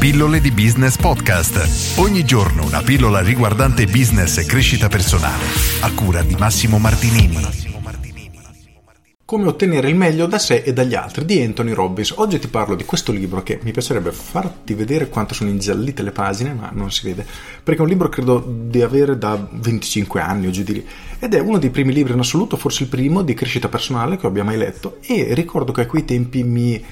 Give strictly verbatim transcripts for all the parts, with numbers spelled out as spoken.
Pillole di Business Podcast. Ogni giorno una pillola riguardante business e crescita personale. A cura di Massimo Martinini. Come ottenere il meglio da sé e dagli altri di Anthony Robbins. Oggi ti parlo di questo libro che mi piacerebbe farti vedere quanto sono ingiallite le pagine, ma non si vede, perché è un libro credo di avere da venticinque anni o giù di lì, ed è uno dei primi libri in assoluto, forse il primo, di crescita personale che abbia mai letto, e ricordo che a quei tempi mi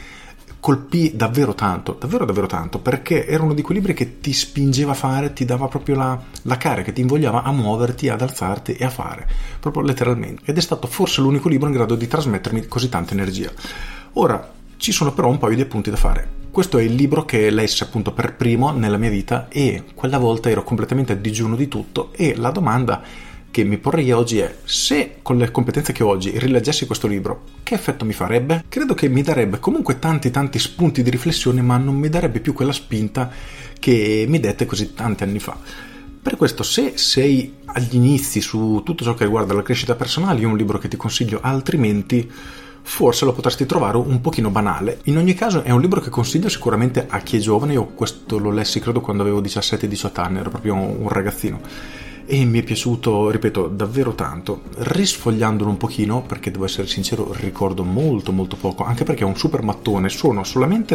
colpì davvero tanto, davvero davvero tanto, perché era uno di quei libri che ti spingeva a fare, ti dava proprio la, la carica, ti invogliava a muoverti, ad alzarti e a fare, proprio letteralmente, ed è stato forse l'unico libro in grado di trasmettermi così tanta energia. Ora, ci sono però un paio di appunti da fare. Questo è il libro che lessi appunto per primo nella mia vita, e quella volta ero completamente a digiuno di tutto, e la domanda che mi porrei oggi è: se con le competenze che ho oggi rileggessi questo libro, che effetto mi farebbe? Credo che mi darebbe comunque tanti tanti spunti di riflessione, ma non mi darebbe più quella spinta che mi dette così tanti anni fa. Per questo, se sei agli inizi su tutto ciò che riguarda la crescita personale, io ho un libro che ti consiglio, altrimenti forse lo potresti trovare un pochino banale. In ogni caso è un libro che consiglio sicuramente a chi è giovane. Io questo lo lessi credo quando avevo diciassette diciotto anni, ero proprio un ragazzino, e mi è piaciuto, ripeto, davvero tanto. Risfogliandolo un pochino, perché devo essere sincero, ricordo molto molto poco, anche perché è un super mattone, sono solamente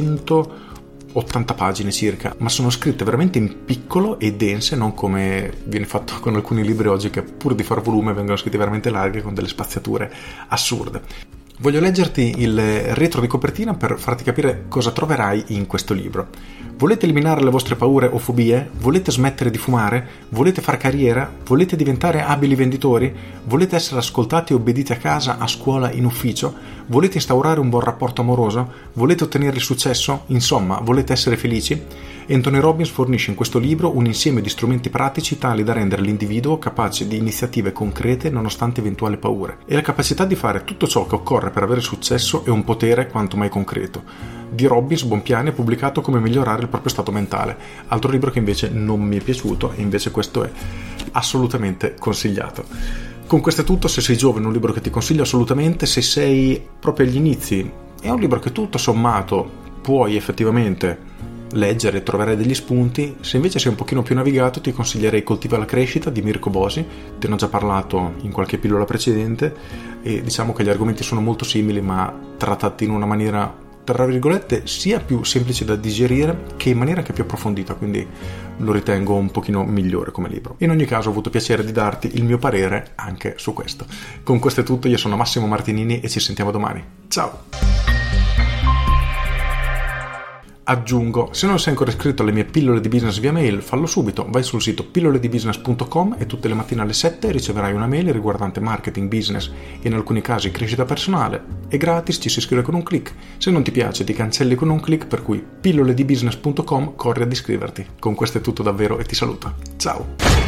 trecentottanta pagine circa, ma sono scritte veramente in piccolo e dense, non come viene fatto con alcuni libri oggi che pur di far volume vengono scritti veramente larghi con delle spaziature assurde. Voglio leggerti il retro di copertina per farti capire cosa troverai in questo libro. Volete eliminare le vostre paure o fobie? Volete smettere di fumare? Volete far carriera? Volete diventare abili venditori? Volete essere ascoltati e obbediti a casa, a scuola, in ufficio? Volete instaurare un buon rapporto amoroso? Volete ottenere il successo? Insomma, volete essere felici? Anthony Robbins fornisce in questo libro un insieme di strumenti pratici tali da rendere l'individuo capace di iniziative concrete nonostante eventuali paure. E la capacità di fare tutto ciò che occorre per avere successo è un potere quanto mai concreto. Di Robbins, Bonpiani, è pubblicato Come migliorare il proprio stato mentale, altro libro che invece non mi è piaciuto, e invece questo è assolutamente consigliato. Con questo è tutto. Se sei giovane è un libro che ti consiglio assolutamente, se sei proprio agli inizi è un libro che tutto sommato puoi effettivamente leggere e trovare degli spunti. Se invece sei un pochino più navigato, ti consiglierei Coltiva la crescita di Mirko Bosi, te ne ho già parlato in qualche pillola precedente, e diciamo che gli argomenti sono molto simili ma trattati in una maniera, tra virgolette, sia più semplice da digerire che in maniera anche più approfondita, quindi lo ritengo un pochino migliore come libro. In ogni caso ho avuto piacere di darti il mio parere anche su questo. Con questo è tutto, io sono Massimo Martinini e ci sentiamo domani. Ciao! Aggiungo, se non sei ancora iscritto alle mie pillole di business via mail, fallo subito. Vai sul sito pillole di business punto com e tutte le mattine alle sette riceverai una mail riguardante marketing, business e in alcuni casi crescita personale. È gratis, ci si iscrive con un click. Se non ti piace ti cancelli con un click, per cui pillole di business punto com, corri ad iscriverti. Con questo è tutto davvero e ti saluto. Ciao!